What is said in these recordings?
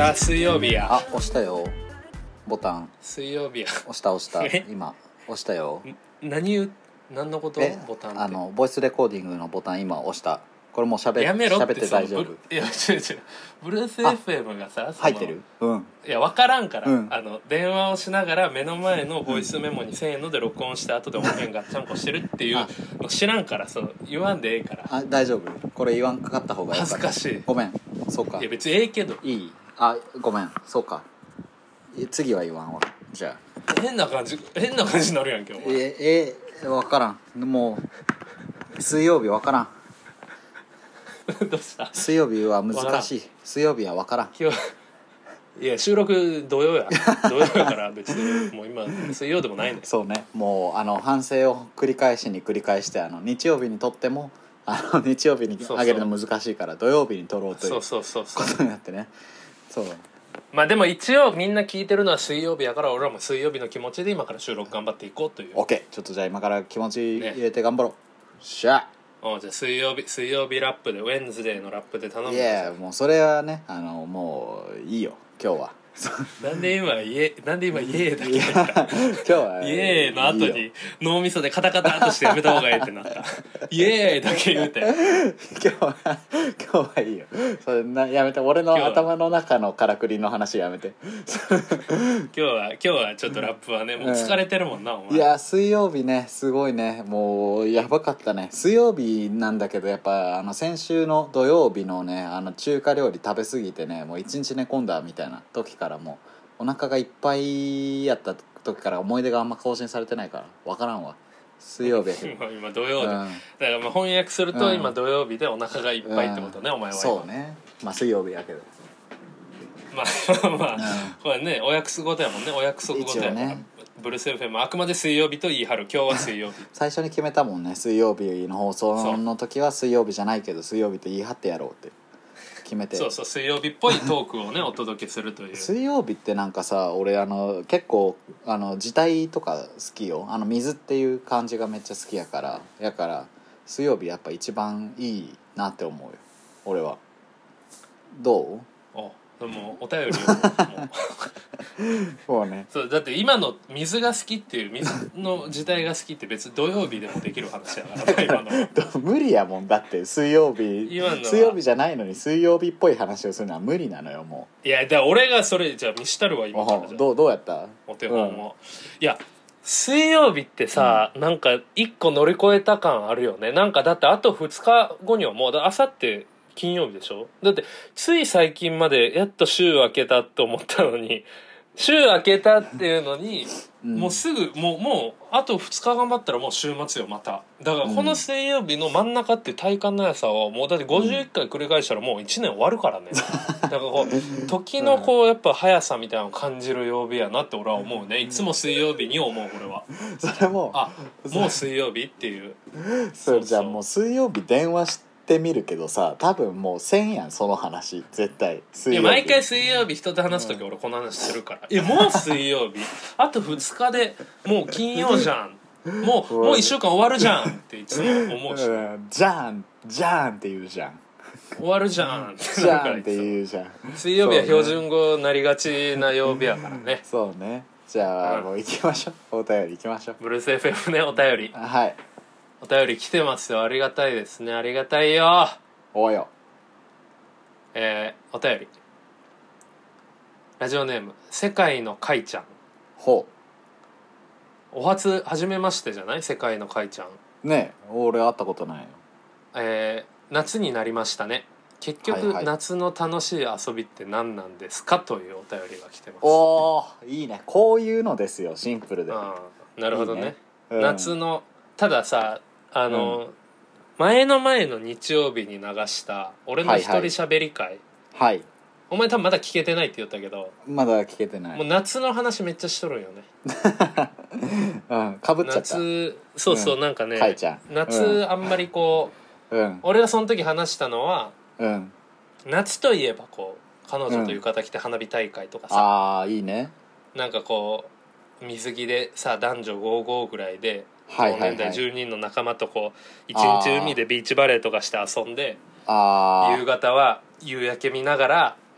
や水曜日や。 あ、押したよボタン。 水曜日や。 押した今押したよ。 何のこと？ボタンってボイスレコーディングのボタン今押した。これもう喋って大丈夫？ いや違うブルース FM がさ入ってる？ いや分からんから、 うん、 電話をしながら目の前のボイスメモにせーので録音した後で音源がちゃんこしてるっていうの知らんから、そう言わんでええから。 あ、大丈夫？これ言わんかかった方がいいか。 恥ずかしい。 ごめん。そうか。 いや別にええけど。 いい？あ、ごめん。そうか。次は言わんわ。じゃあ変な感じになるやんけお前。 分からん。もう水曜日分からん。 どうした？ 水曜日は難しい。水曜日は分からん。 今日いや収録土曜やから別にもう今水曜でもないね。 そうね。もう反省を繰り返して日曜日にとっても日曜日にあげるの難しいから土曜日に撮ろうということになってね。そう。 まあでも一応みんな聞いてるのは水曜日やから、俺らも水曜日の気持ちで今から収録頑張っていこうという。 OK。 ちょっとじゃあ今から気持ち入れて頑張ろう、ね、しゃあ。 じゃあ水曜日ラップでウェンズデーのラップで頼む。 いやもうそれはねもういいよ今日は。 なんで今イエーだけ入った今日はイエーの後に脳みそでカタカタとしてやめた方がいいってなったイエーだけ言うて今日はいいよ。それやめて。俺の頭の中のからくりの話やめて。 今日はちょっとラップはねもう疲れてるもんな、お前。 いや水曜日ねすごいね。もうやばかったね。水曜日なんだけどやっぱ先週の土曜日のね中華料理食べ過ぎてねもう一日寝込んだみたいな時からもうお腹がいっぱいやった時から思い出があんま更新されてないから分からんわ。水曜日やけど今土曜日、だからまあ翻訳すると今土曜日でお腹がいっぱいってことね、お前は今。 そうね。まあ水曜日やけどまあ、これねお約束事やもんね。お約束事やから、ね、ブルース FM あくまで水曜日と言い張る。今日は水曜日最初に決めたもんね。水曜日の放送の時は水曜日じゃないけど水曜日と言い張ってやろうって決めて。 そう水曜日っぽいトークをねお届けするという。 水曜日ってなんかさ俺結構字体とか好きよ。水っていう漢字がめっちゃ好きやから水曜日やっぱ一番いいなって思うよ俺は。どう？ もうお便りをもうね。 そうだって今の水が好きっていう水の時代が好きって別に土曜日でもできる話やから今の無理やもん。だって水曜日じゃないのに水曜日っぽい話をするのは無理なのよもう。いやだから俺がそれじゃあ見したるわ今から。じゃどうやったお手本を、いや水曜日ってさ、なんか一個乗り越えた感あるよね。なんかだってあと2日後にはもうあさって金曜日でしょ。だってつい最近までやっと週明けたと思ったのに週明けたっていうのに、もうすぐもうあと2日頑張ったらもう週末よまた。だからこの水曜日の真ん中って体感の速さをもうだって51回繰り返したらもう1年終わるからね。だからこう時のこうやっぱ速さみたいなのを感じる曜日やなって俺は思うね。いつも水曜日に思う俺は。 それももう水曜日っていう。 それじゃあもう水曜日電話してみるけどさ多分もうせんやんその話絶対。 いや毎回水曜日人と話す時俺この話するから、もう水曜日あと2日でもう金曜じゃんもう1週間終わるじゃんっていつも思うし、 じゃんって言うじゃん。 終わるじゃんじゃんって言うじゃん。 水曜日は標準語なりがちな曜日やからね。 そうね。じゃあもう行きましょう。お便り行きましょう。 ブルース FF ねお便り。 はい。 お便り来てますよ。ありがたいですね。ありがたいよ。 およ。 お便りラジオネーム世界のかいちゃん。 ほう初めましてじゃない？世界のかいちゃんねえ俺会ったことないよ。夏になりましたね。結局、夏の楽しい遊びって何なんですかというお便りが来てます。 おーいいね。こういうのですよシンプルで。 なるほどね。 いいね、 夏のたださ前の日曜日に流した俺の一人喋り会、 はい、 お前多分まだ聞けてないって言ったけどまだ聞けてない。 もう夏の話めっちゃしとるんよねかぶっちゃった。 そう、なんかね夏、あんまりこう、俺がその時話したのは、夏といえばこう彼女と浴衣着て花火大会とかさ、 いいね。 なんかこう水着でさ男女55ぐらいで同年代10人の仲間とこう一日海でビーチバレーとかして遊んで、夕方は夕焼け見ながら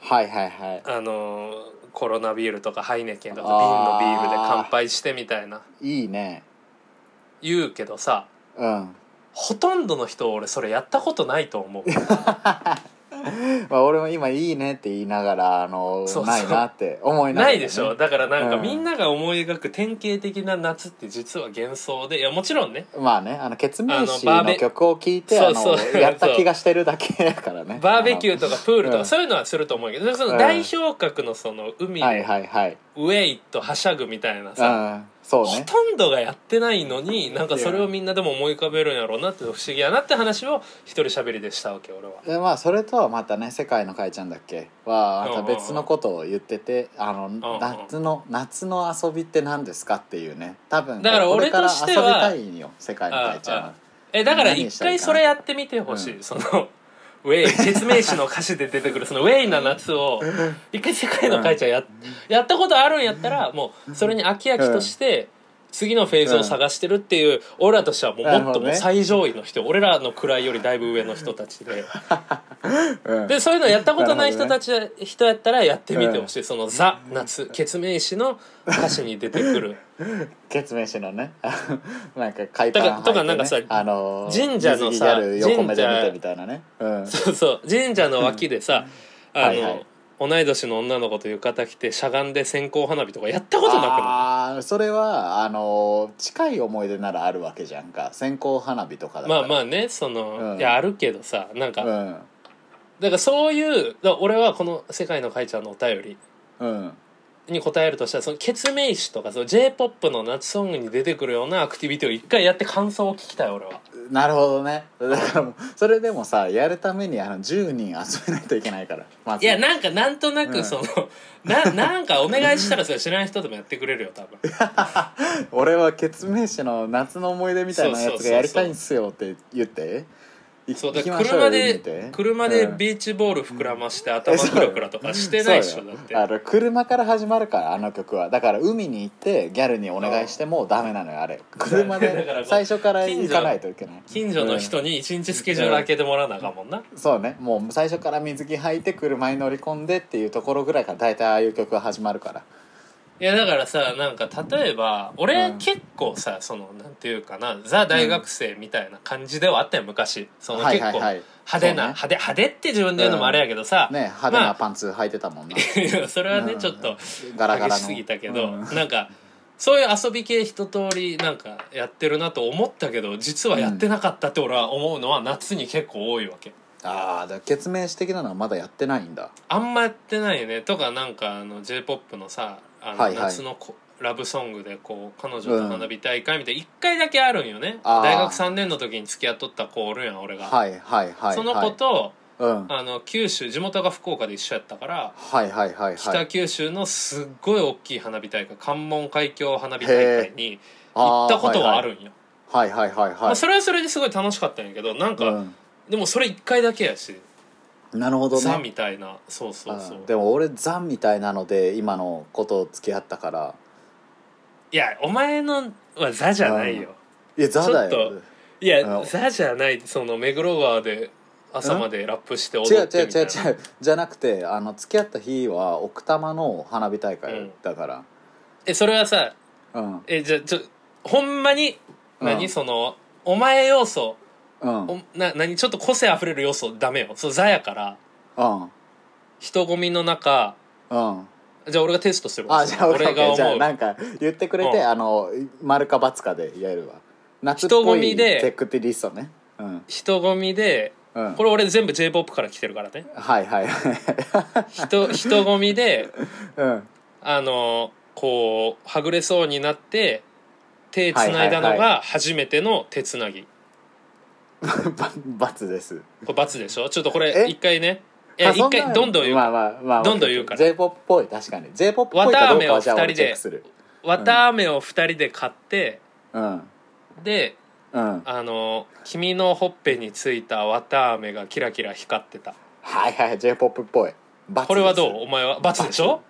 はいはいはい。 コロナビールとかハイネケンとか瓶のビールで乾杯してみたいな。 いいね。 言うけどさ、 うん。 ほとんどの人俺それやったことないと思う。 まあ俺も今いいねって言いながらそうないなって思いながら、ね、 ないでしょ。だからなんかうんみんなが思い描く典型的な夏って実は幻想で、いやもちろんね、 まあねケツメイシバーベの曲を聴いてそうそうやった気がしてるだけやからね。 バーベキューとかプールとうんかそういうのはすると思うけど、その代表格のその海はいではいはい。 ウェイとはしゃぐみたいなうさ、 ん、そうほね。 とんどがやってないのになんかそれをみんなでも思い浮かべるんやろうなって不思議やなって話を一人喋りでしたわけ俺は。 でまあそれとはまたね世界のかいちゃんだっけはまた別のことを言ってて夏の遊びって何ですかっていうね、多分だから俺としてはこれから遊びたいんよ世界のかいちゃんは。 だから一回それやってみてほしい、そのウェイ説明詞の歌詞で出てくるそのウェイな夏を一回世界のかいちゃんやったことあるんやったらもうそれに飽き飽きとして次のフェーズを探してるっていう、俺らとしてはもっともう最上位の人、俺らの位よりだいぶ上の人たちででそういうのやったことない人たち、人やったらやってみてほしい、そのザ夏ケツメイシの歌詞に出てくるケツメイシのねなんか海パン履いて、ね、 とかなんかさ、神社のさ横目で見てみたいなね、 そうそう神社の脇でさはいはい、 同い年の女の子と浴衣着てしゃがんで線香花火とかやったことなくない？ それは近い思い出ならあるわけじゃんか、線香花火とかだから。 まあまあねいやあるけどさなんか、 だからそういう俺はこの世界のかいちゃんのお便りに答えるとしたらそのケツメイシとかその J-POP の夏ソングに出てくるようなアクティビティを一回やって感想を聞きたい俺は。 なるほどね。だからもうそれでもさやるために10人集めないといけないから、まず。 いやなんとなくその、なんかお願いしたらそれ知らない人でもやってくれるよ多分俺はケツメイシの夏の思い出みたいなやつがやりたいんすよって言ってそうだ行きましょうよ車でビーチボール膨らまして、頭クラクラとかしてないでしょだって車から始まるから曲は。だから海に行ってギャルにお願いしてもダメなのよあれ。車で最初から行かないといけない。 近所の人に1日スケジュール開けてもらわなあかんもんな、 そうね、もう最初から水着履いて車に乗り込んでっていうところぐらいから大体ああいう曲が始まるから。 いやだからさなんか例えば俺結構さそのなんていうかなザ大学生みたいな感じではあったよ昔。その結構派手な、派手って自分で言うのもあれやけどさ、 ね派手なパンツ履いてたもんな、 それはねちょっとガラガラの激しすぎたけど、なんかそういう遊び系一通りなんかやってるなと思ったけど実はやってなかったって俺は思うのは夏に結構多いわけ。 だからケツメイシ的なのはまだやってないんだ。 あんまやってないよね。とかなんかJ-POP のさ夏のラブソングでこう彼女と花火大会みたいな1回だけあるんよね、大学3年の時に付き合っとった子おるやん俺が、その子と、九州地元が福岡で一緒やったから、北九州のすっごい大きい花火大会関門海峡花火大会に行ったことはあるんよ。それはそれですごい楽しかったんやけどなんか、でもそれ1回だけやし。 なるほどね。 ザみたいな。そうでも俺ザみたいなので今の子と付き合ったから。 いやお前のはザじゃないよ。 いやザだよ。 いやザじゃない。その目黒川で朝までラップして踊ってみたいな。 違うじゃなくて付き合った日は奥多摩の花火大会だから、 それはさ、じゃほんまにそのお前要素、何ちょっと個性あふれる要素ダメよ。そうザやから、人混みの中、じゃあ俺がテストするわ。 じゃあ俺が思う。じゃあなんか言ってくれて、丸か×かでやるわ。夏っぽいチェックテリストね。 人混みで、これ俺全部 J-POP から来てるからね。人混みで、こうはぐれそうになって手つないだのが初めての手つなぎ。 ×です。 これ×でしょ。ちょっとこれ一回ね、一回どんどん言うからどんどん言うから J-POP っぽい。確かに J-POP っぽいかどうかはじゃあ俺チェックする。 綿飴を2人で買って、で君のほっぺについた綿飴がキラキラ光ってた。 J-POP っぽい。 これはどう？お前は×でしょ。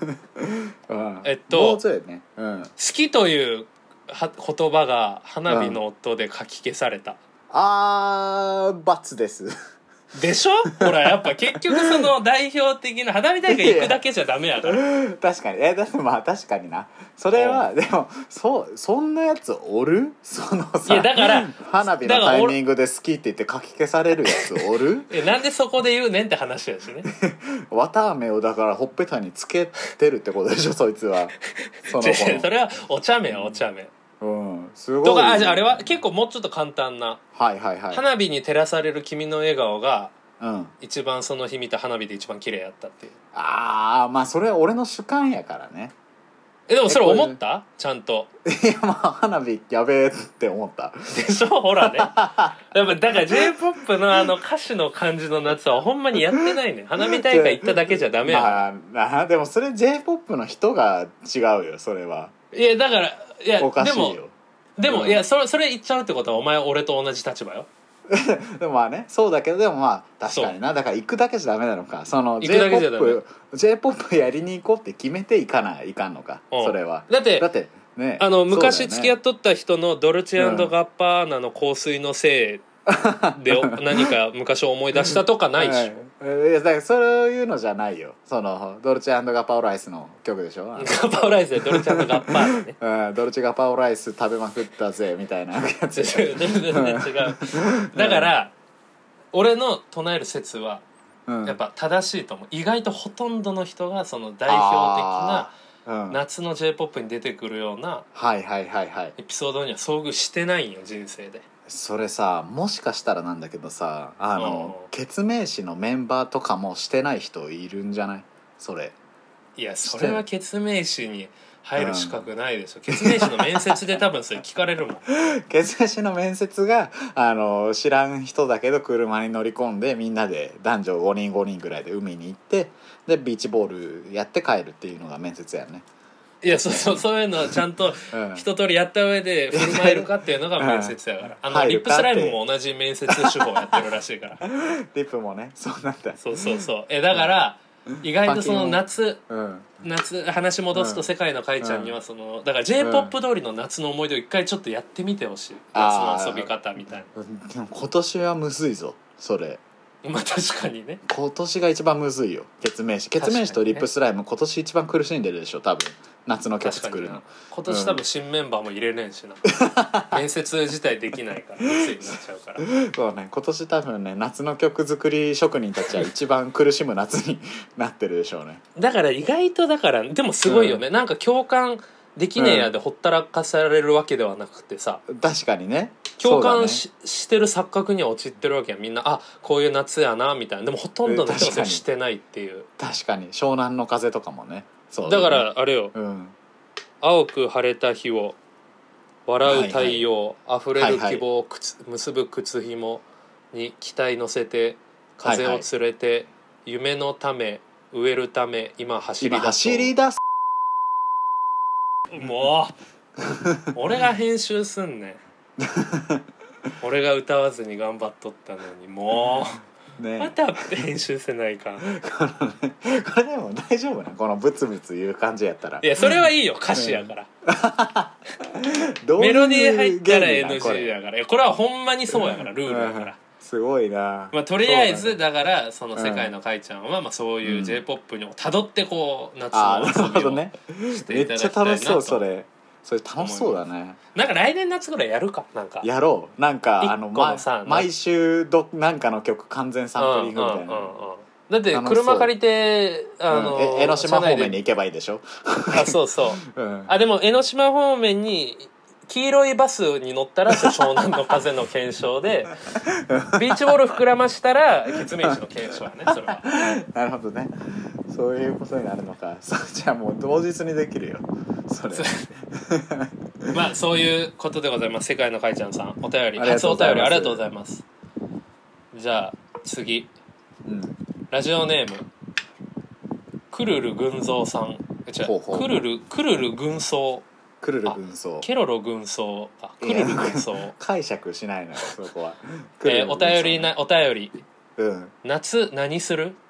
もうちょいね。 好きという言葉が花火の音でかき消された。 ×です。 でしょ。ほらやっぱ結局その代表的な花火大会行くだけじゃダメやから確かにだってまあ確かになそれはでもそんなやつおるそのさいやだから花火のタイミングで好きって言ってかき消されるやつおるなんでそこで言うねんって話やしね綿あめをだからほっぺたにつけてるってことでしょそいつはその子のそれはお茶目やお茶目すごいとかじゃああれは結構もうちょっと簡単な、 はいはいはい花火に照らされる君の笑顔がうん、 一番その日見た花火で一番綺麗やったっていう。 ああまあそれは俺の主観やからねでもそれ思ったちゃんといやまあ花火やべえって思ったでしょほらねやっぱだから J−POP のあの歌詞の感じの夏はほんまにやってないね花火大会行っただけじゃダメやまあでもそれ J−POP の人が違うよそれはいやだからいやおかしいよでも、いやそれ言っちゃうってことはお前俺と同じ立場よでもまあねそうだけどでもまあ確かになだから行くだけじゃダメなのかその J−POP やりに行こうって決めていかないかんのかそれはだってね昔付き合っとった人のドルチェ&ガッパーナの香水のせいで何か昔を思い出したとかないし、 はいいやだからそういうのじゃないよそのドルチェガパオライスの曲でしょガパオライスでドルチェ&ガッパーナねうん、ドルチェガパオライス食べまくったぜみたいなやつ全然違うだから俺の唱える説はやっぱ正しいと思う意外とほとんどの人がその代表的な夏の J−POP に出てくるようなエピソードには遭遇してないんよ人生でそれさもしかしたらなんだけどさケツメイシのメンバーとかもしてない人いるんじゃないそれいやそれはケツメイシに入る資格ないでしょ、ケツメイシの面接で多分それ聞かれるもんケツメイシの面接が知らん人だけど車に乗り込んでみんなで男女5人5人ぐらいで海に行ってでビーチボールやって帰るっていうのが面接やねいやそういうのをちゃんと一通りやった上で振る舞えるかっていうのが面接やからリップスライムも同じ面接手法やってるらしいからリップもねそうなんだそうだから、意外とその夏話戻すと世界のかいちゃんにはそのだから J−POP 通りの夏の思い出を一回ちょっとやってみてほしい夏の遊び方みたいなでも今年はむずいぞそれまあ確かにね今年が一番むずいよケツメイシとリップスライム今年一番苦しんでるでしょ多分夏の曲作るの今年多分新メンバーも入れれんしな、面接自体できないから密になっちゃうからそうね今年多分ね夏の曲作り職人たちは一番苦しむ夏になってるでしょうねだから意外とでもすごいよね、なんか共感できねえやでほったらかされるわけではなくてさ、 確かにね共感してる錯覚には陥ってるわけやみんなこういう夏やなみたいなでもほとんどの人がそれしてないっていう確かに湘南の風とかもねそうだからあれよ、青く晴れた日を笑う太陽、溢れる希望を結ぶ靴ひもに期待乗せて風を連れて、夢のため植えるため今走り出すもう俺が編集すんねん俺が歌わずに頑張っとったのにもう、ね、また編集せないかこれでも大丈夫なこのブツブツ言う感じやったらいやそれはいいよ歌詞やから、メロディー入ったら NG やからこれはほんまにそうやからルールやからすごいな、 とりあえずだからその世界のかいちゃんはそういう J−POP にたどってこう夏の遊びをしていただきたいなと。めっちゃ楽しそうそれ楽しそうだね。なんか来年夏ぐらいやるかなんかやろうなんか毎週なんかの曲完全サンプリングみたいな、 だって車借りて江ノ島方面に行けばいいでしょそうそう、でも江ノ島方面に黄色いバスに乗ったら湘南の風の検証でビーチボール膨らましたらケツメイシの検証やねそれはなるほどねそういうことになるのかじゃあもう同日にできるよそれそういうことでございます。世界のかいちゃんさん初お便りありがとうございます。じゃあ次、ラジオネームクルル軍曹さんクルル軍曹クルル軍曹ケロロ軍曹クルル軍曹解釈しないのよそこはお便り、夏何する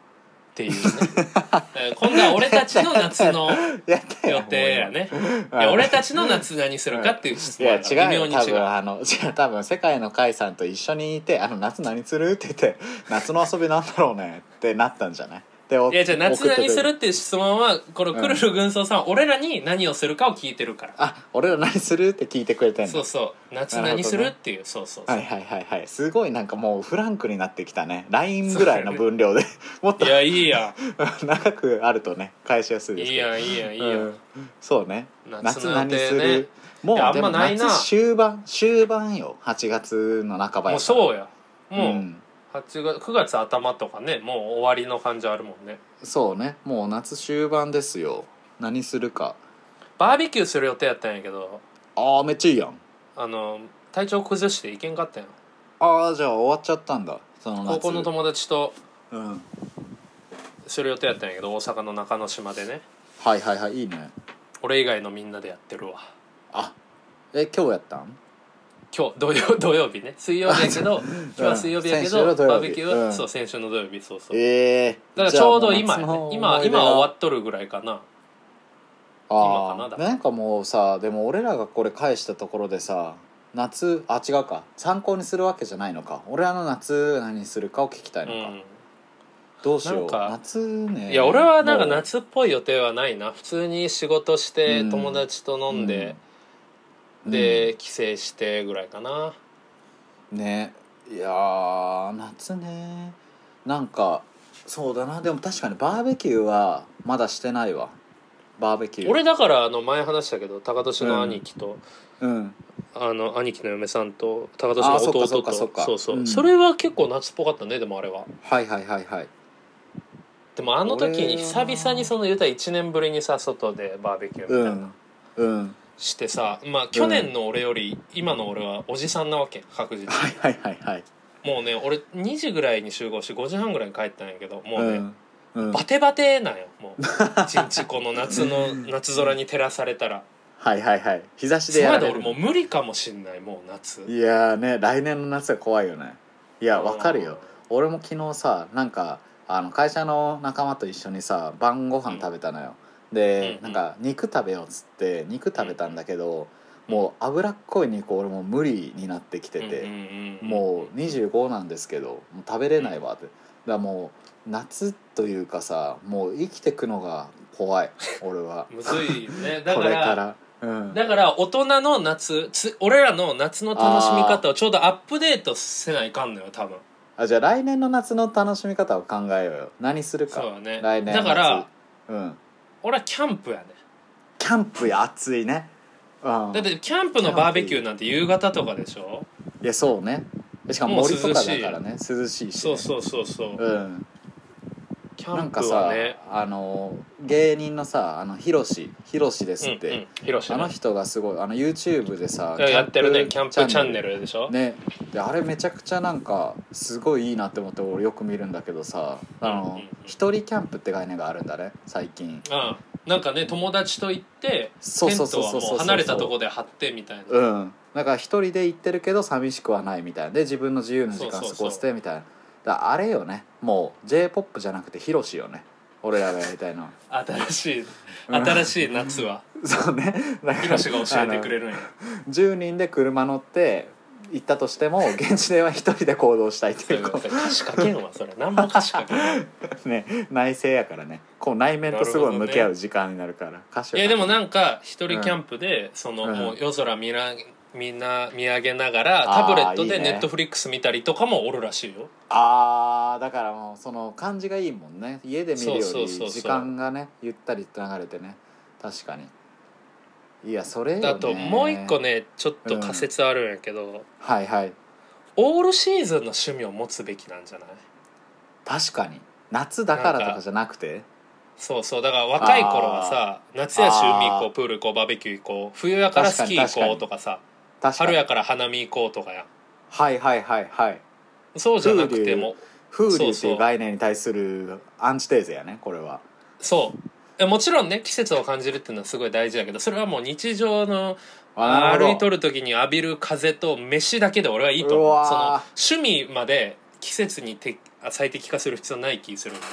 っていうね今度は俺たちの夏のやったよ予定やねもういや俺たちの夏何するかっていう質いや問だから違うよ多微妙に違う分多分世界の海さんと一緒にいて夏何するって言って夏の遊びなんだろうねってなったんじゃないでいやじゃあ夏何するっっていう質問はこのクルル軍曹さんは俺らに何をするかを聞いてるから、 俺ら何するって聞いてくれてんのそうそう夏何するっていう、そうそうそう、 はいはいはいはいすごいなんかもうフランクになってきたね LINE ぐらいの分量でもっといやいいや長くあるとね返しやすいですけどいいやんいいやんいいやん、 そうね夏の予何定ねするもういやあんでもまないな夏終盤よ8月の半ばやもうそうやもう、 ん 8月9月頭とかねもう終わりの感じあるもんね。 そうねもう夏終盤ですよ何するかバーベキューする予定やったんやけどめっちゃいいやん体調崩して行けんかったやん。 じゃあ終わっちゃったんだその夏高校の友達とうんする予定やったんやけど大阪の中之島でねはいはいはいいいね俺以外のみんなでやってるわ。 今日やったん今日土曜日ね水曜日やけど今日は水曜日やけど、 先週の土曜日バーベキューは、 うんそう先週の土曜日そうそう、 だだからちょうど今やね今終わっとるぐらいかな。今かなだからなんかもうさでも俺らがこれ返したところでさ夏違うか参考にするわけじゃないのか俺らの夏何するかを聞きたいのか、どうしようなんか夏ねいや俺はなんかもう夏っぽい予定はないな。普通に仕事してうん友達と飲んで、 うんで帰省してぐらいかな。 ねいやー夏ねなんかそうだなでも確かにバーベキューはまだしてないわバーベキュー俺だから前話したけど高年の兄貴と、 うん兄貴の嫁さんと高年の弟とそうそう、 うんそれは結構夏っぽかったね。でもあれははいはいはいはいでもあの時に俺は久々に言うたら1年ぶりにさ外でバーベキューみたいな、 うんしてさまあ去年の俺より今の俺はおじさんなわけ確実に、 はいはいはいはいもうね俺2時ぐらいに集合して5時半ぐらいに帰ったんやけどもうね、 うんバテバテなんよもう一日この夏空に照らされたらはいはいはい日差しそれまででやられる俺もう無理かもしんないもう夏いやーね来年の夏は怖いよねいやうんわかるよ俺も昨日さなんか会社の仲間と一緒にさ晩ご飯食べたのよ、で、 うんなんか肉食べようっつって肉食べたんだけど、もう脂っこい肉俺もう無理になってきてて、もう25なんですけどもう食べれないわってだからもう夏というかさもう生きてくのが怖い俺はむずいねだこかられからうんだから大人の俺らの夏の楽しみ方をちょうどアップデートせないかんのよ多分。 じゃあ来年の夏の楽しみ方を考えようよ何するかそうだね来年の夏だからうん俺はキャンプやね。 キャンプや暑いね、うん、 だってキャンプのバーベキューなんて夕方とかでしょ。 いやそうねしかも森とかだからね涼しいし、ね、 そううんキャンプなんかさはね芸人のさヒロシですって、 ヒロシあの人がすごいYouTube でさやってるねキャンプチャンネルでしょねであれめちゃくちゃなんかすごいいいなって思って俺よく見るんだけどさ一人キャンプって概念があるんだね最近。 なんかね友達と行ってテントはもう離れたとこで張ってみたいな。 うんなんか一人で行ってるけど寂しくはないみたいなで自分の自由な時間過ごしてみたいなあれよねもう J-POP じゃなくてヒロシよね俺らがやりたいのは新しい夏はそうねヒロシが教えてくれるんや。 10人で車乗って行ったとしても現地では一人で行動したいっていう歌詞書けんわそれ何も歌詞書けんね内省やからねこう内面とすごい向き合う時間になるから歌詞いやでもなんか一人キャンプでうんもう夜空みんな見上げながらタブレットでいいねネットフリックス見たりとかもおるらしいよ。 だからもうその感じがいいもんね家で見るよそうり時間がねゆったり流れてね確かにいやそれよねあともう一個ねちょっと仮説あるんやけど、 はいはいオールシーズンの趣味を持つべきなんじゃない。 確かに夏だからとかじゃなくてそうだから若い頃はさ夏やし海行こうプール行こうバーベキュー行こう冬やからスキー行こうとかさ春やから花見行こうとかやはいはいはいはいそうじゃなくても風流っていう概念に対するアンチテーゼやねこれは。 そうもちろんね季節を感じるっていうのはすごい大事だけどそれはもう日常の歩いとる時に浴びる風と飯だけで俺はいいと思う。その趣味まで季節に最適化する必要ない気するのね。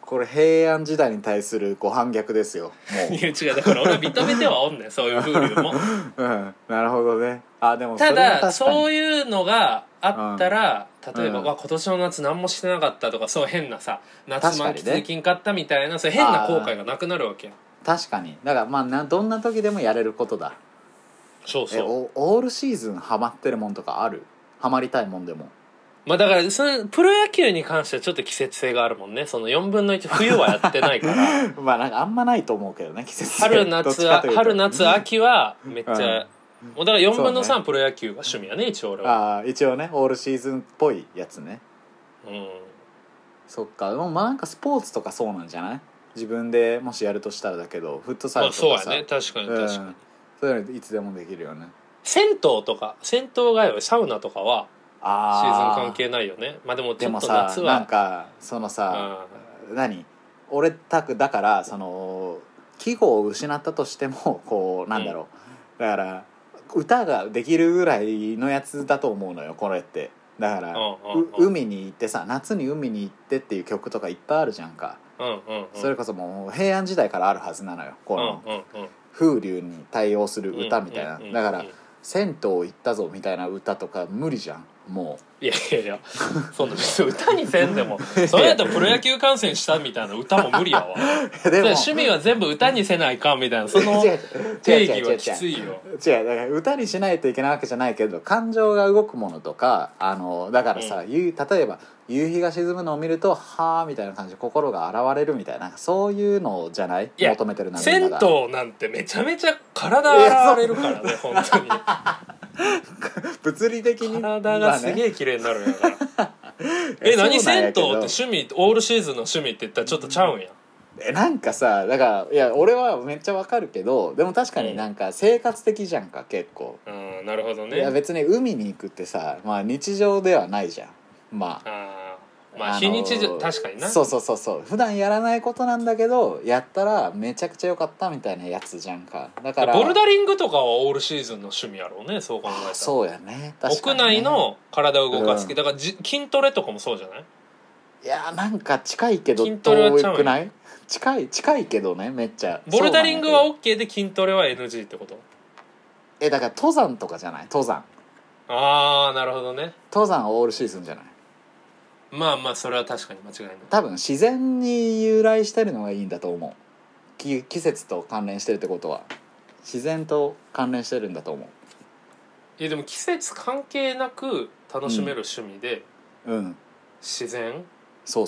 これ平安時代に対するご反逆ですよもいや違う、だから俺は認めてはおんねんそういう風流も。 う、うん、なるほどね。でもそたれは確かだにそういうのがあったら、例えば、 うんわ今年の夏何もしてなかったとか、そう変なさ夏満確かにね喫できんかったみたいな、そう変な後悔がなくなるわけやん。 確かにだからまあどんな時でもやれることだ。 そうそう。 オールシーズンハマってるもんとかある？ハマりたいもんでも。 まあだからそのプロ野球に関してはちょっと季節性があるもんね。その4分の1冬はやってないからまあなんかあんまないと思うけどね季節性春夏秋はめっちゃ、もうだから4分の3 そうねプロ野球が趣味やね一応俺は。 一応ねオールシーズンっぽいやつね。 うんそっか。でもまあなんかスポーツとかそうなんじゃない？自分でもしやるとしたらだけどフットサルまあとかさ、 そうやね、確かに確かに。 そういうのいつでもできるよね。 銭湯とか銭湯通いサウナとかはシーズン関係ないよね。まあでもちょっとでもさ夏はなんかそのさ、俺だからその季語を失ったとしてもこうなんだろう、だから歌ができるぐらいのやつだと思うのよこれって。だから、海に行ってさ夏に海に行ってっていう曲とかいっぱいあるじゃんか、それこそもう平安時代からあるはずなのよこの風流に対応する歌みたいな。だから銭湯行ったぞみたいな歌とか無理じゃんもいやいやいや、そんな別に歌にせんでもそれやったらプロ野球観戦したみたいな歌も無理やわ。 でも趣味は全部歌にせないかんみたいな、その定義はきついよ。 違うだから歌にしないといけないわけじゃないけど感情が動くものとかだからさ、例えば夕日が沈むのを見るとはあみたいな感じで心が洗われるみたいなそういうのじゃない？ いや求めてるな銭湯なんてめちゃめちゃ体洗われるからね本当に物理的に体がすげえ綺麗になるんやから何銭湯って趣味オールシーズンの趣味って言ったらちょっとちゃうんや。 なんかさだからいや俺はめっちゃわかるけどでも確かになんか生活的じゃんか結構。 なるほどね。 いや別に海に行くってさまあ日常ではないじゃん。まあ非日常確かにな。 そう普段やらないことなんだけどやったらめちゃくちゃ良かったみたいなやつじゃんか。だからボルダリングとかはオールシーズンの趣味やろうねそう考えたら。 そうやね確かにね。 屋内の体を動かすだから筋トレとかもそうじゃない？ いやなんか近いけど筋トレはちゃう遠くない？近いけどねめっちゃ。 ボルダリングは OK で筋トレは NG ってこと？ だから登山とかじゃない？登山なるほどね。 登山オールシーズンじゃない？ まあまあそれは確かに間違いない。 多分自然に由来してるのがいいんだと思う。季節と関連してるってことは自然と関連してるんだと思う。 でも季節関係なく楽しめる趣味で、自然そう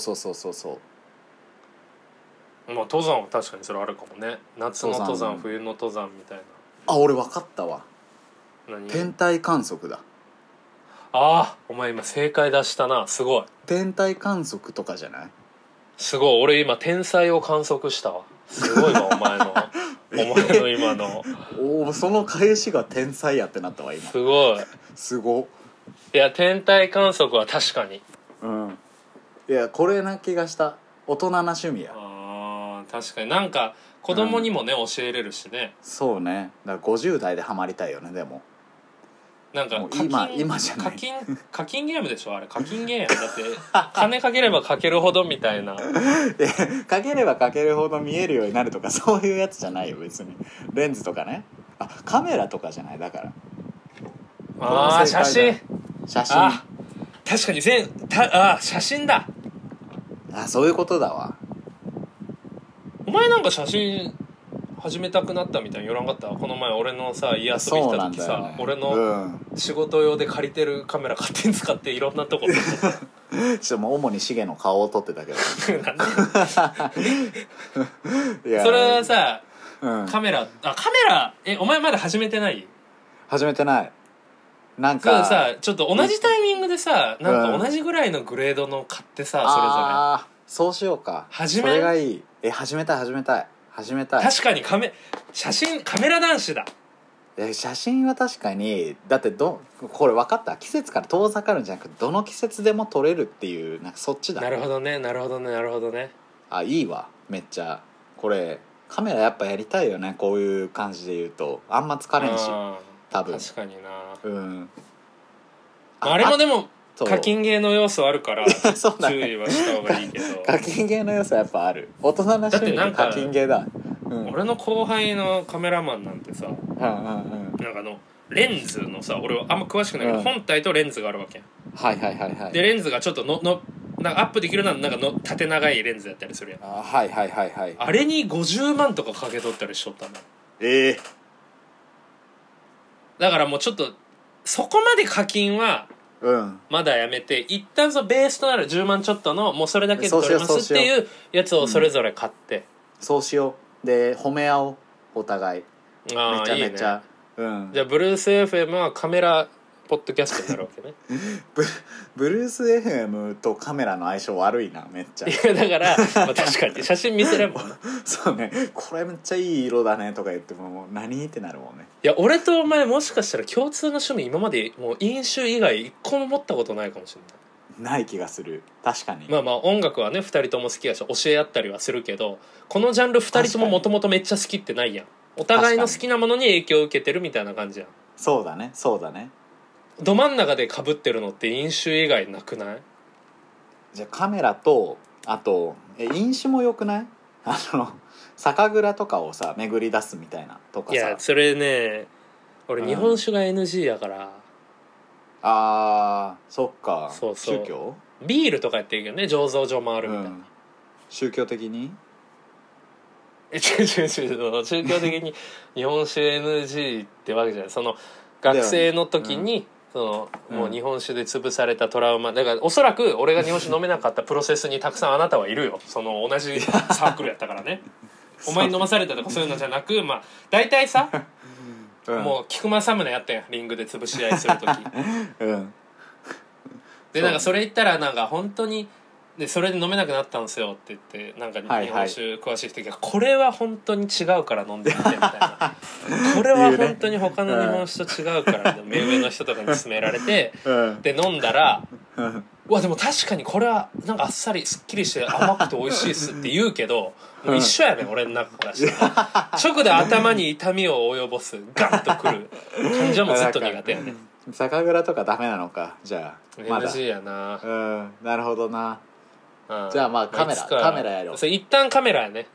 まあ登山は確かにそれあるかもね。夏の登山冬の登山みたいな。 俺分かったわ。 何？ 天体観測だ。 お前今正解出したな。すごい。 天体観測とかじゃない？ すごい。俺今天才を観測したわ。すごいわお前の今のその返しが天才やってなったわ今。 すごいすご。 いや天体観測は確かにいやこれな気がした。大人な趣味や。 確かになんか子供にもね、教えれるしね。 そうね。だから50代でハマりたいよね。でもなんか今じゃない課金ゲームでしょあれ。課金ゲームだって金かければかけるほどみたいなかければかけるほど見えるようになるとかそういうやつじゃないよ別に。レンズとかね。カメラとかじゃない。だから写真確かに写真だ。 そういうことだわ。 お前なんか写真始めたくなったみたいに言わんかった？この前俺のさ家遊び来た時さ、俺の仕事用で借りてるカメラ勝手に使っていろんなとこちょっともう主にシゲの顔を撮ってたけどそれはさ、カメラお前まだ始めてない？ 始めてない。なんかそうさちょっと同じタイミングでさ、なんか同じぐらいのグレードの買ってさ、それぞれそうしようか。それがいい。始めたい。 確かにカメラ男子だ。 写真は確かにだってこれ分かった。季節から遠ざかるんじゃなくてどの季節でも撮れるっていうなんかそっちだ。 なるほどねいいわめっちゃ。これカメラやっぱやりたいよね。こういう感じで言うとあんま疲れんし多分。 確かにな。 うんあれもでも課金ゲーの要素あるからそうだね注意はした方がいいけど課金ゲーの良さやっぱある。大人な趣味の課金ゲーだ。 俺の後輩のカメラマンなんてさ、 うんうんうん、 なんかレンズのさ、俺はあんま詳しくないけど、本体とレンズがあるわけやん。 はいはいはいはい。 でレンズがちょっとなんかアップできるのはなんか縦長いレンズやったりするやん。 はいはいはいはい。 あれに50万とかかけとったりしとったの。だからもうちょっとそこまで課金はまだやめて、一旦そのベースとなる10万ちょっとのもうそれだけで撮れますっていうやつをそれぞれ買って、 そうしよう。で褒め合おうお互い。めちゃめちゃいいね。 じゃあブルース FM はカメラポッドキャストになるわけねブルース FM とカメラの相性悪いなめっちゃ。 いやだから、まあ、確かに写真見せれんもんなそうね、これめっちゃいい色だねとか言ってももう何ってなるもんね。 いや俺とお前もしかしたら共通の趣味今までもう飲酒以外一個も持ったことないかもしれない。 ない気がする。確かに。 まあまあ音楽はね2人とも好きやし教え合ったりはするけど、このジャンル2人とももともとめっちゃ好きってないやん。お互いの好きなものに影響を受けてるみたいな感じやん。 そうだねそうだね。 ど真ん中で被ってるのって飲酒以外なくない？ じゃあカメラとあと飲酒もよくない？酒蔵とかをさ巡り出すみたいなとかさ。 いやそれね俺日本酒が NG やから、 そっか。 そうそう宗教ビールとかやってるけどね醸造所もあるみたいな、 宗教的に違う宗教的に日本酒 NG ってわけじゃない。その学生の時に、もう日本酒で潰されたトラウマだからおそらく俺が日本酒飲めなかったプロセスにたくさんあなたはいるよ。その同じサークルやったからねお前に飲まされたとかそういうのじゃなく、まあ大体さ、もう菊間サムネやったやんリングで潰し合いする時でなんかそれ言ったらなんか本当にでそれで飲めなくなったんですよって言ってなんか日本酒詳しい人が、これは本当に違うから飲んでみてみたいなこれは本当に他の日本酒と違うから目上の人とかに勧められて、で飲んだらうわでも確かにこれはなんかあっさりすっきりして甘くて美味しいっすって言うけど、もう一緒やねん俺の中からしたら直で頭に痛みを及ぼすガンとくる感じはもうずっと苦手やね酒蔵とかダメなのかじゃあ。まだ NG やな。 なるほどな。じゃあまあカメラやろう。 それ一旦カメラやね。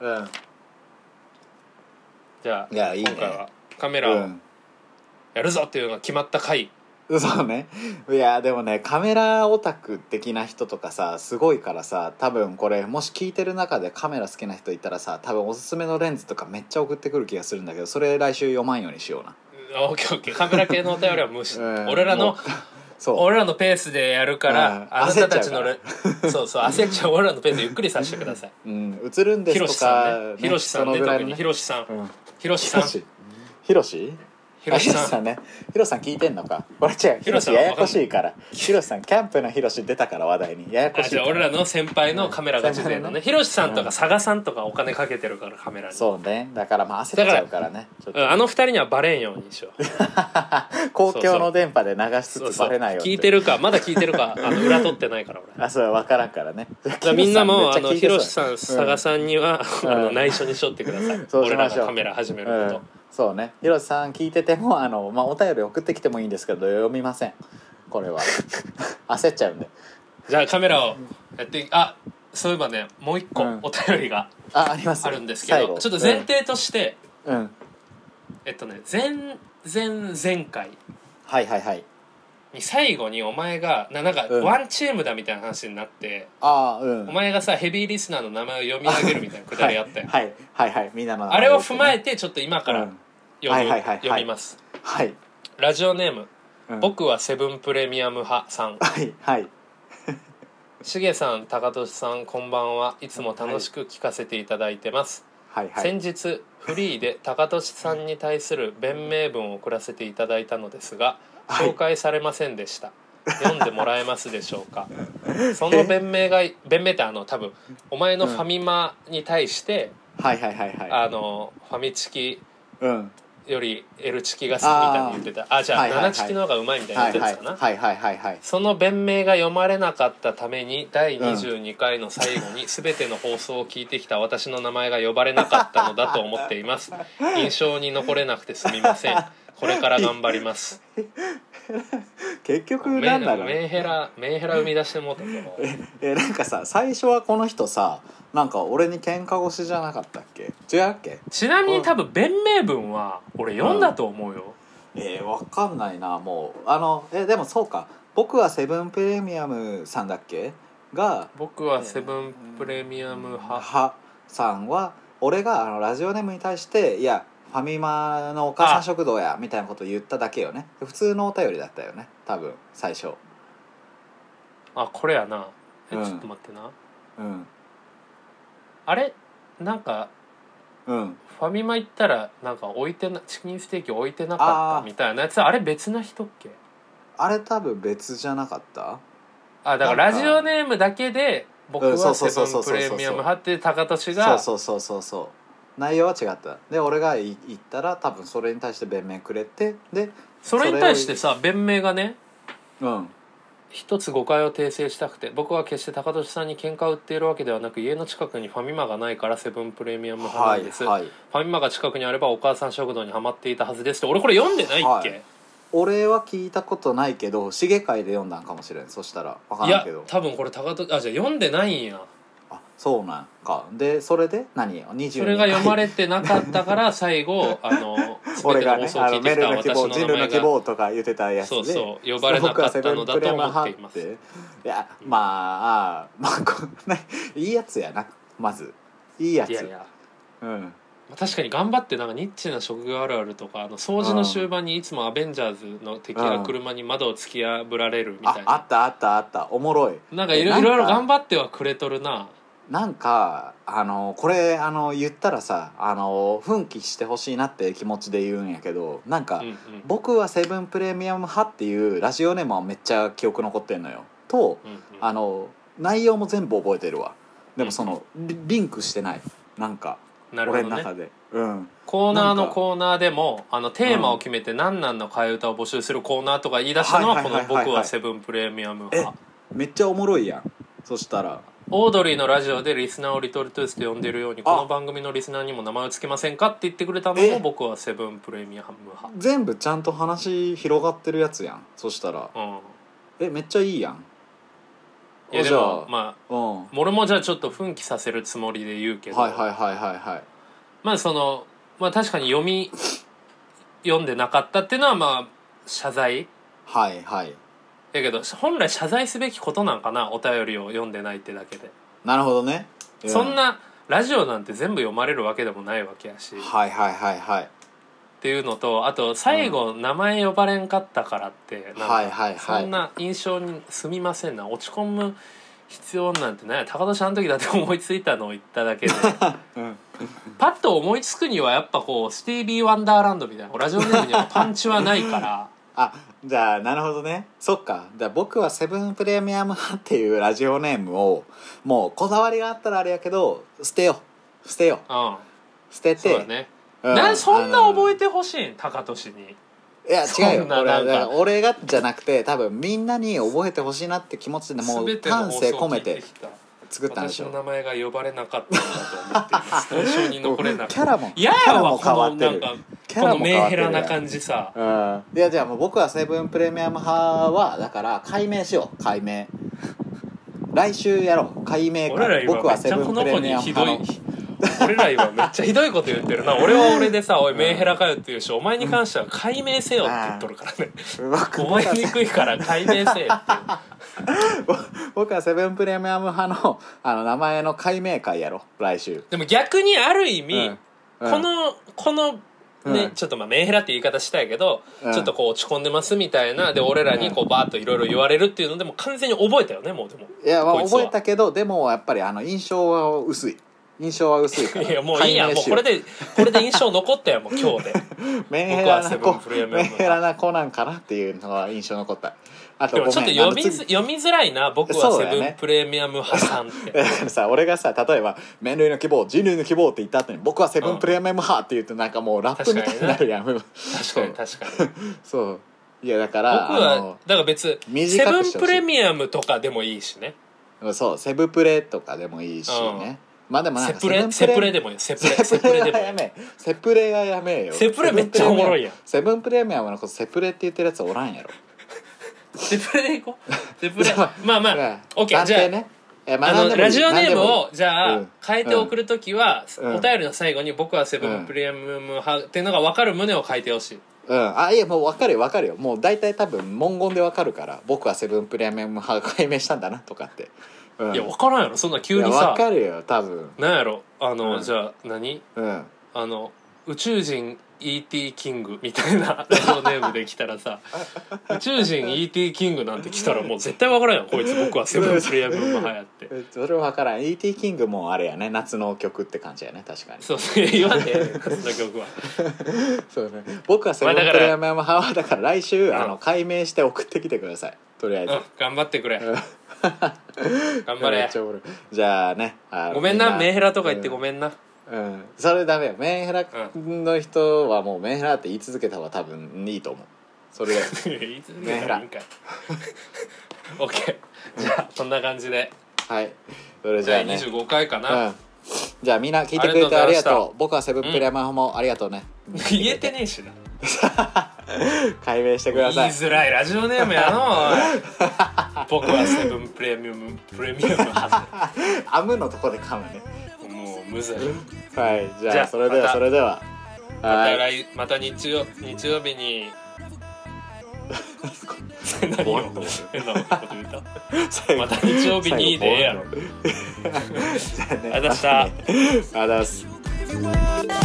じゃあいやいいね、 今回はカメラをやるぞっていうのが決まった回。 そうね。いやでもねカメラオタク的な人とかさすごいからさ、多分これもし聞いてる中でカメラ好きな人いたらさ多分おすすめのレンズとかめっちゃ送ってくる気がするんだけど、それ来週読まんようにしような。 オッケーオッケー。カメラ系のお便りは無視、俺らのペースでやるから、あなたたちのそう焦っちゃう俺らのペースでゆっくりさせてください。 映るんですとかひろしさんね、特にひろしさん、ひろしさんひろしさんね。ひろしさん聞いてんのか。これ違う、ひろしややこしいから。ひろしさんキャンプのひろし出たから話題にややこしい。 じゃあ俺らの先輩のカメラガチ勢のね、ひろしさんとか佐賀さんとかお金かけてるからカメラに。 そうね。だからまあ焦っちゃうからね。 あの二人にはバレんようにしよう。 公共の電波で流しつつバレないように。 聞いてるかまだ聞いてるか裏取ってないから俺。 それ分からんからね。 みんなもひろしさん佐賀さんには内緒にしとってください。俺らがカメラ始めること。 そうね、ひろしさん聞いててもお便り送ってきてもいいんですけど読みませんこれは焦っちゃうんで。 じゃあカメラをやってそういえばねもう一個お便りがあるんですけど、ちょっと前提として、前回に最後にお前がなんかワンチームだみたいな話になって、お前がさヘビーリスナーの名前を読み上げるみたいなくだりあったよ。 みんなのあれを踏まえてちょっと今から読みます。ラジオネーム、僕はセブンプレミアム派さん。しげさん、高俊さん、こんばんは。いつも楽しく聞かせていただいてます。先日フリーで高俊さんに対する弁明文を送らせていただいたのですが紹介されませんでした。読んでもらえますでしょうか。その弁明って多分お前のファミマに対してファミチキより L チキが好きみたいに言ってた。じゃあ7チキの方がうまいみたいに言ってたかな。その弁明が読まれなかったために第22回の最後に全ての放送を聞いてきた私の名前が呼ばれなかったのだと思っています。印象に残れなくてすみません。 これから頑張ります結局なんだろう。 メンヘラ生み出してもうたぞ。 なんかさ、最初はこの人さ、なんか俺に喧嘩腰じゃなかったっけ？違うっけ？ ちなみに多分弁明文は俺読んだと思うよ。 わかんないな。もうでもそうか、僕はセブンプレミアムさんだっけが、 僕はセブンプレミアム派さんは、俺がラジオネームに対して、いやファミマのお母さん食堂やみたいなことを言っただけよね。普通のお便りだったよね多分最初。 あ、これやな。ちょっと待ってな。あれなんかファミマ行ったらなんかチキンステーキ置いてなかったみたいなやつ、あれ別な人っけ？ あれ多分別じゃなかった？ だからラジオネームだけで僕はセブンプレミアム派って高俊が、 そう内容は違った。で俺が言ったら多分それに対して弁明くれて、でそれに対してさ弁明がね、一つ誤解を訂正したくて、僕は決して高俊さんに喧嘩を売っているわけではなく、家の近くにファミマがないからセブンプレミアム派なんです、ファミマが近くにあればお母さん食堂にハマっていたはずですって。俺これ読んでないっけ？ 俺は聞いたことないけど、しげ会で読んだんかもしれん。そしたら分からんけど、 いや多分これじゃあ読んでないんや。 そうなんか。でそれで何22回それが読まれてなかったから最後俺がね、 全ての放送を聞いてきた私の名前が人類の希望とか言ってたやつで、 そう呼ばれなかったのだと思っています。 いやまあこんないいやつやな。まずいいやつ。 いや確かに頑張ってなんかニッチな職業あるあるとか、掃除の終盤にいつもアベンジャーズの敵が車に窓を突き破られるみたいな、 あったおもろい。 なんかいろいろ頑張ってはくれとるな。 なんかこれ言ったらさ奮起してほしいなって気持ちで言うんやけど、なんか、僕はセブンプレミアム派っていうラジオネームはめっちゃ記憶残ってんのよ。と、内容も全部覚えてるわ。でもリンクしてない。なんか俺の中で、 コーナーのコーナーでもテーマを決めて何々の替え歌を募集するコーナーとか言い出したのはこの僕はセブンプレミアム派。 めっちゃおもろいやん。そしたらオードリーのラジオでリスナーをリトルトゥースと呼んでるように、この番組のリスナーにも名前を付けませんかって言ってくれたのも僕はセブンプレミアム派。 全部ちゃんと話広がってるやつやん。そしたらめっちゃいいやん。 いやでも俺もじゃあちょっと奮起させるつもりで言うけど、まあ確かに読んでなかったっていうのはまあ謝罪だけど、本来謝罪すべきことなんかな、お便りを読んでないってだけで。 なるほどね。 そんなラジオなんて全部読まれるわけでもないわけやし、っていうのと、あと最後名前呼ばれんかったからってなんかそんな印象にすみませんな、落ち込む必要なんてね。高田あの時だって思いついたのを言っただけで、パッと思いつくにはやっぱこうスティービー・ワンダーランドみたいなラジオネームにはパンチはないからじゃあなるほどね。そっか。だ僕はセブンプレミアム派っていうラジオネームをもうこだわりがあったらあれやけど捨てよう、捨てて。 そうだね。そんな覚えてほしいん高俊に。 いや違うよ。俺がじゃなくて多分みんなに覚えてほしいなって気持ちでもう丹精込めて作ったんでしょ。 私の名前が呼ばれなかったんだと思っています。印象に残れなかった。 キャラも変わってる。 このメンヘラな感じさ。 いやじゃあもう僕はセブンプレミアム派はだから改名しよう。改名来週やろう。改名会。僕はセブンプレミアム派の俺ら今めっちゃひどいこと言ってるな。俺は俺でさ、おいメンヘラかよって言うし、お前に関しては改名せよって言っとるからね。覚えにくいから改名せよって僕はセブンプレミアム派の名前の改名会やろ来週。 でも逆にある意味、このね、ちょっとメンヘラって言い方したいけど、ちょっとこう落ち込んでますみたいなで俺らにこうバーッといろいろ言われるっていうのでも完全に覚えたよね。もうでもいや覚えたけど、でもやっぱり印象は薄いからいやもういいや、もうこれで印象残ったよもう今日でメンヘラな子なんかなっていうのは印象残った。あとでもちょっと読みづらいな。僕はセブンプレミアム派さんってだからさ、俺がさ例えば麺類の希望人類の希望って言った後に僕はセブンプレミアム派って言うとなんかもうラップみたいになるやん。確かにそういやだから僕はだから別セブンプレミアムとかでもいいしね。 そうセブプレとかでもいいしね。 まあでもなんかセプレでもいいよ。セプレでもいい。 セプレはやめえよ。 セプレめっちゃおもろいやん。 セブンプレミアムのことセプレって言ってるやつおらんやろ。 セプレでいこう。セプレまあまあオッケー。じゃあね、 ラジオネームをじゃあ変えて送るときは、 うん、 お便りの最後に僕はセブンプレミアム派っていうのが分かる旨を書いてほしい。 いやもう分かるよもう大体多分文言で分かるから僕はセブンプレミアム派が解明したんだなとかって、 いや分からんやろそんな急にさ。 分かるよ多分。 なんやろじゃあ何、宇宙人 E.T. キングみたいなラジオネームで来たらさ宇宙人 E.T. キングなんて来たらもう絶対分からんやんこいつ僕はセブンプレミアム派やってそれは分からん。 E.T. キングもあれやね夏の曲って感じやね確かに。 そう言わんで夏の曲はそうね僕はセブンプレミアム派はだから来週解明して送ってきてくださいとりあえず、 頑張ってくれ頑張れじゃあねごめんなメンヘラとか言ってごめんな、 それダメよ。メンヘラの人はもうメンヘラって言い続けた方が多分いいと思う。それで言い続けたらいいんかいオッケーじゃあそんな感じではいそれじゃあね 25回かな、 じゃあみんな聞いてくれてありがとう。僕はセブンプレミアム派もありがとうね、 言えてねえしな解明してください。 言いづらいラジオネームやの僕はセブンプレミアム派アムのとこで噛むね。 もうむずい。 はいじゃあそれではまた日曜日に何を変なこと言ったまた日曜日にでええやろ。ありがとうございました。 ありがとうございます。